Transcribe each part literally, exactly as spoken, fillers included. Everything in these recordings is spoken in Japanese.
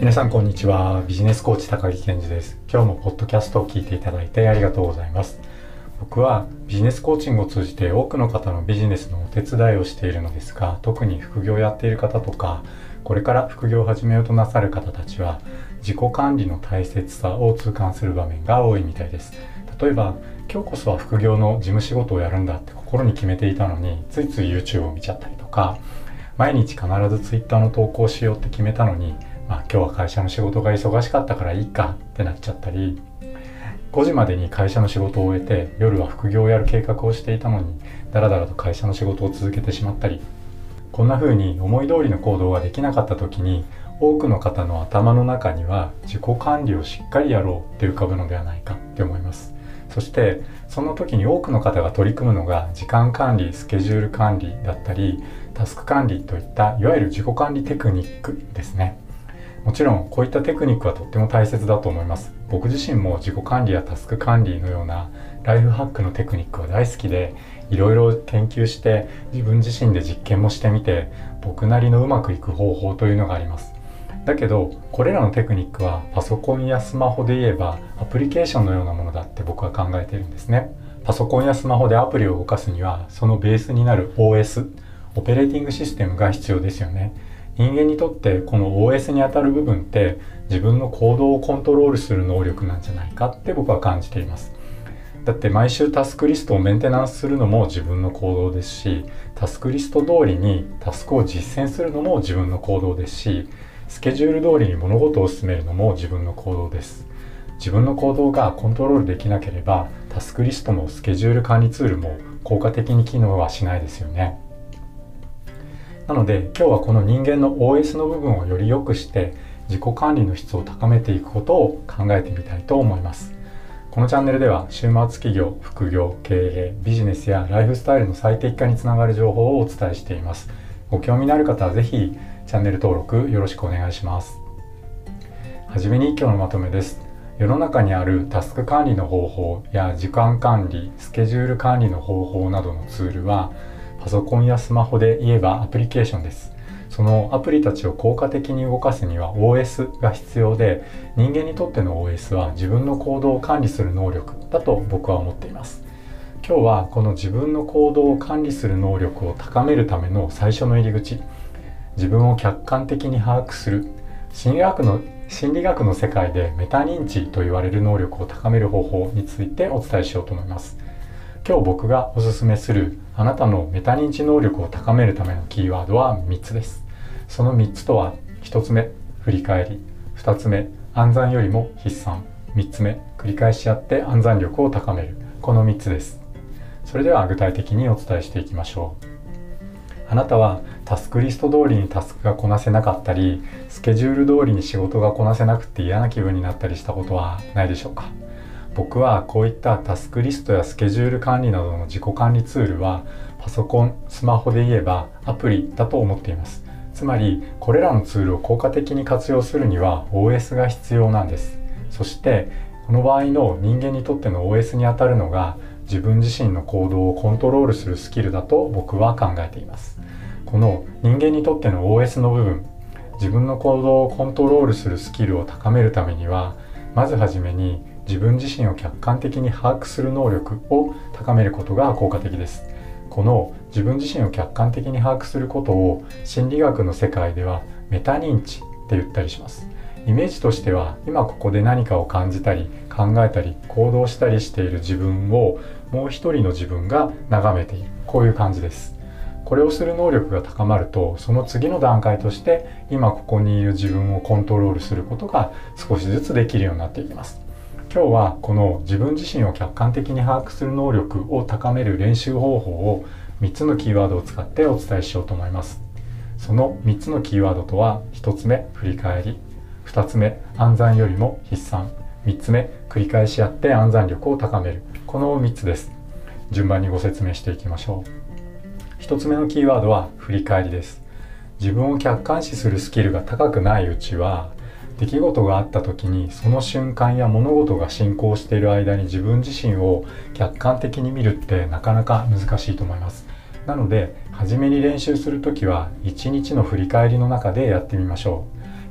皆さんこんにちは。ビジネスコーチ高木健二です。今日もポッドキャストを聞いていただいてありがとうございます。僕はビジネスコーチングを通じて多くの方のビジネスのお手伝いをしているのですが、特に副業をやっている方とかこれから副業を始めようとなさる方たちは自己管理の大切さを痛感する場面が多いみたいです。例えば今日こそは副業の事務仕事をやるんだって心に決めていたのについつい YouTube を見ちゃったりとか、毎日必ず Twitter の投稿しようって決めたのにまあ、今日は会社の仕事が忙しかったからいいかってなっちゃったり、ごじまでに会社の仕事を終えて夜は副業をやる計画をしていたのにだらだらと会社の仕事を続けてしまったり、こんな風に思い通りの行動ができなかった時に多くの方の頭の中には自己管理をしっかりやろうって浮かぶのではないかって思います。そしてその時に多くの方が取り組むのが時間管理、スケジュール管理だったりタスク管理といったいわゆる自己管理テクニックですね。もちろんこういったテクニックはとっても大切だと思います。僕自身も自己管理やタスク管理のようなライフハックのテクニックは大好きで、いろいろ研究して自分自身で実験もしてみて僕なりのうまくいく方法というのがあります。だけどこれらのテクニックはパソコンやスマホで言えばアプリケーションのようなものだって僕は考えているんですね。パソコンやスマホでアプリを動かすにはそのベースになる オーエス、オペレーティングシステムが必要ですよね。人間にとってこの オーエス にあたる部分って自分の行動をコントロールする能力なんじゃないかって僕は感じています。だって毎週タスクリストをメンテナンスするのも自分の行動ですし、タスクリスト通りにタスクを実践するのも自分の行動ですし、スケジュール通りに物事を進めるのも自分の行動です。自分の行動がコントロールできなければタスクリストもスケジュール管理ツールも効果的に機能はしないですよね。なので今日はこの人間の オーエス の部分をより良くして自己管理の質を高めていくことを考えてみたいと思います。このチャンネルでは週末企業、副業、経営、ビジネスやライフスタイルの最適化につながる情報をお伝えしています。ご興味のある方はぜひチャンネル登録よろしくお願いします。はじめに今日のまとめです。世の中にあるタスク管理の方法や時間管理、スケジュール管理の方法などのツールはパソコンやスマホで言えばアプリケーションです。そのアプリたちを効果的に動かすには オーエス が必要で、人間にとっての オーエス は自分の行動を管理する能力だと僕は思っています。今日はこの自分の行動を管理する能力を高めるための最初の入り口、自分を客観的に把握する、心理学の心理学の世界でメタ認知と言われる能力を高める方法についてお伝えしようと思います。今日僕がおすすめするあなたのメタ認知能力を高めるためのキーワードはみっつです。そのみっつとは、ひとつめ振り返り、ふたつめ暗算よりも筆算、みっつめ繰り返しやって暗算力を高める、このみっつです。それでは具体的にお伝えしていきましょう。あなたはタスクリスト通りにタスクがこなせなかったり、スケジュール通りに仕事がこなせなくて嫌な気分になったりしたことはないでしょうか。僕はこういったタスクリストやスケジュール管理などの自己管理ツールはパソコン、スマホで言えばアプリだと思っています。つまりこれらのツールを効果的に活用するには オーエス が必要なんです。そしてこの場合の人間にとっての オーエス にあたるのが自分自身の行動をコントロールするスキルだと僕は考えています。この人間にとっての オーエス の部分、自分の行動をコントロールするスキルを高めるためには、まずはじめに自分自身を客観的に把握する能力を高めることが効果的です。この自分自身を客観的に把握することを心理学の世界ではメタ認知って言ったりします。イメージとしては今ここで何かを感じたり考えたり行動したりしている自分をもう一人の自分が眺めている、こういう感じです。これをする能力が高まると、その次の段階として今ここにいる自分をコントロールすることが少しずつできるようになっていきます。今日はこの自分自身を客観的に把握する能力を高める練習方法をみっつのキーワードを使ってお伝えしようと思います。そのみっつのキーワードとは、ひとつめ振り返り、ふたつめ暗算よりも筆算、みっつめ繰り返しやって暗算力を高める、このみっつです。順番にご説明していきましょう。ひとつめのキーワードは振り返りです。自分を客観視するスキルが高くないうちは、出来事があった時にその瞬間や物事が進行している間に自分自身を客観的に見るってなかなか難しいと思います。なので初めに練習するときはいちにちの振り返りの中でやってみましょう。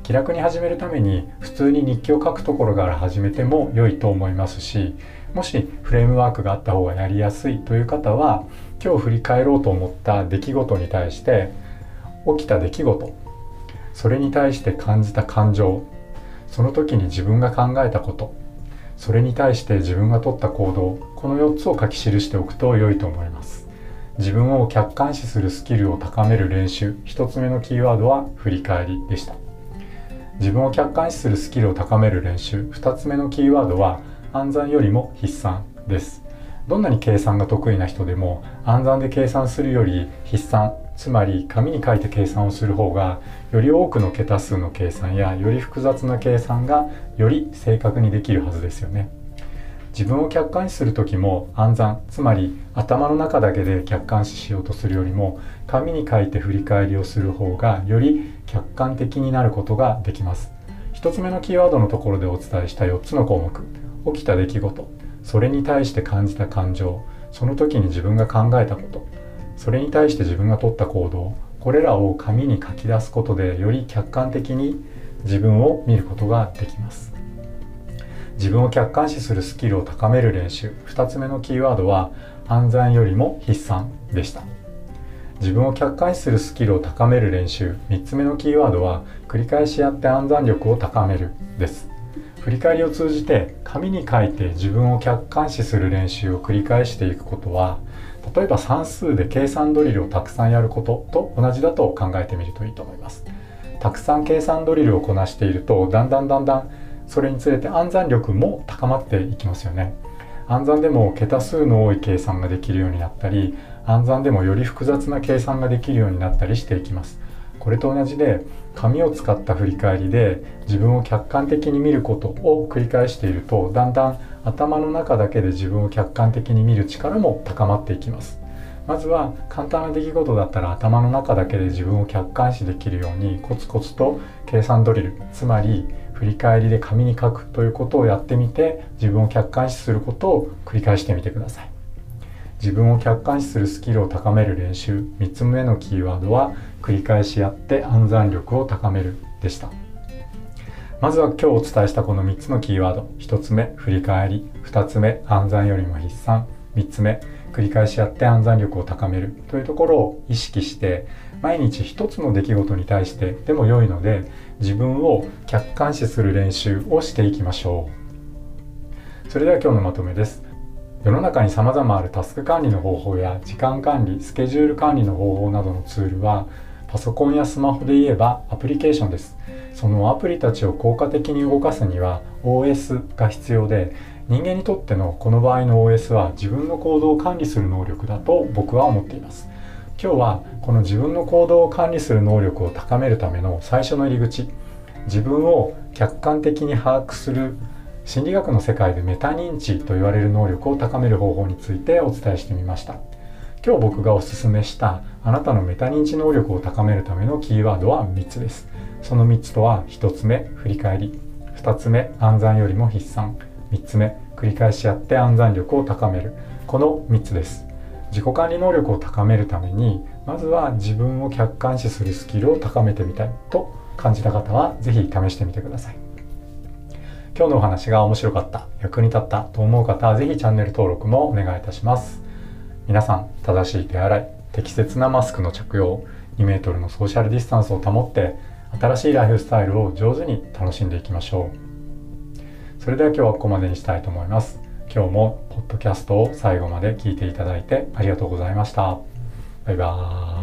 気楽に始めるために普通に日記を書くところから始めても良いと思いますし、もしフレームワークがあった方がやりやすいという方は、今日振り返ろうと思った出来事に対して起きた出来事、それに対して感じた感情、その時に自分が考えたこと、それに対して自分が取った行動、このよっつを書き記しておくと良いと思います。自分を客観視するスキルを高める練習、ひとつめのキーワードは振り返りでした。自分を客観視するスキルを高める練習、ふたつめのキーワードは暗算よりも筆算です。どんなに計算が得意な人でも暗算で計算するより筆算、つまり紙に書いて計算をする方がより多くの桁数の計算やより複雑な計算がより正確にできるはずですよね。自分を客観視する時も暗算、つまり頭の中だけで客観視しようとするよりも紙に書いて振り返りをする方がより客観的になることができます。ひとつめのキーワードのところでお伝えしたよっつの項目、起きた出来事、それに対して感じた感情、その時に自分が考えたこと、それに対して自分が取った行動、これらを紙に書き出すことでより客観的に自分を見ることができます。自分を客観視するスキルを高める練習、ふたつめのキーワードは暗算よりも筆算でした。自分を客観視するスキルを高める練習、みっつめのキーワードは繰り返しやって暗算力を高めるです。振り返りを通じて紙に書いて自分を客観視する練習を繰り返していくことは、例えば算数で計算ドリルをたくさんやることと同じだと考えてみるといいと思います。たくさん計算ドリルをこなしていると、だんだんだんだんそれにつれて暗算力も高まっていきますよね。暗算でも桁数の多い計算ができるようになったり、暗算でもより複雑な計算ができるようになったりしていきます。これと同じで、紙を使った振り返りで自分を客観的に見ることを繰り返していると、だんだん頭の中だけで自分を客観的に見る力も高まっていきます。まずは簡単な出来事だったら頭の中だけで自分を客観視できるようにコツコツと計算ドリル、つまり振り返りで紙に書くということをやってみて、自分を客観視することを繰り返してみてください。自分を客観視するスキルを高める練習、みっつめのキーワードは繰り返しやって暗算力を高めるでした。まずは今日お伝えしたこのみっつのキーワード、ひとつめ振り返り、ふたつめ暗算よりも筆算、みっつめ繰り返しやって暗算力を高めるというところを意識して、毎日一つの出来事に対してでも良いので自分を客観視する練習をしていきましょう。それでは今日のまとめです。世の中に様々あるタスク管理の方法や時間管理、スケジュール管理の方法などのツールは、パソコンやスマホで言えばアプリケーションです。そのアプリたちを効果的に動かすには オーエス が必要で、人間にとってのこの場合の オーエス は自分の行動を管理する能力だと僕は思っています。今日はこの自分の行動を管理する能力を高めるための最初の入り口、自分を客観的に把握する心理学の世界でメタ認知と言われる能力を高める方法についてお伝えしてみました。今日僕がおすすめしたあなたのメタ認知能力を高めるためのキーワードはみっつです。そのみっつとは、ひとつめ振り返り、ふたつめ暗算よりも筆算、みっつめ繰り返しやって暗算力を高める、このみっつです。自己管理能力を高めるために、まずは自分を客観視するスキルを高めてみたいと感じた方はぜひ試してみてください。今日のお話が面白かった、役に立ったと思う方はぜひチャンネル登録もお願いいたします。皆さん、正しい手洗い、適切なマスクの着用、にメートルのソーシャルディスタンスを保って新しいライフスタイルを上手に楽しんでいきましょう。それでは今日はここまでにしたいと思います。今日もポッドキャストを最後まで聞いていただいてありがとうございました。バイバーイ。